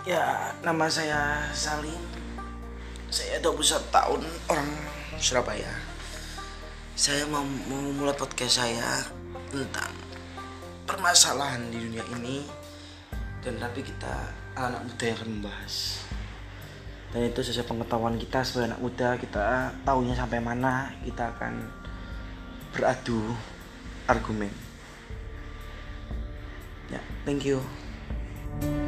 Ya, nama saya Salim. Saya 21 tahun, orang Surabaya. Saya mau mulai podcast saya tentang permasalahan di dunia ini, dan tapi kita anak muda yang akan membahas. Dan itu sesuai pengetahuan kita sebagai anak muda, kita tahunya sampai mana, kita akan beradu argumen. Ya, thank you.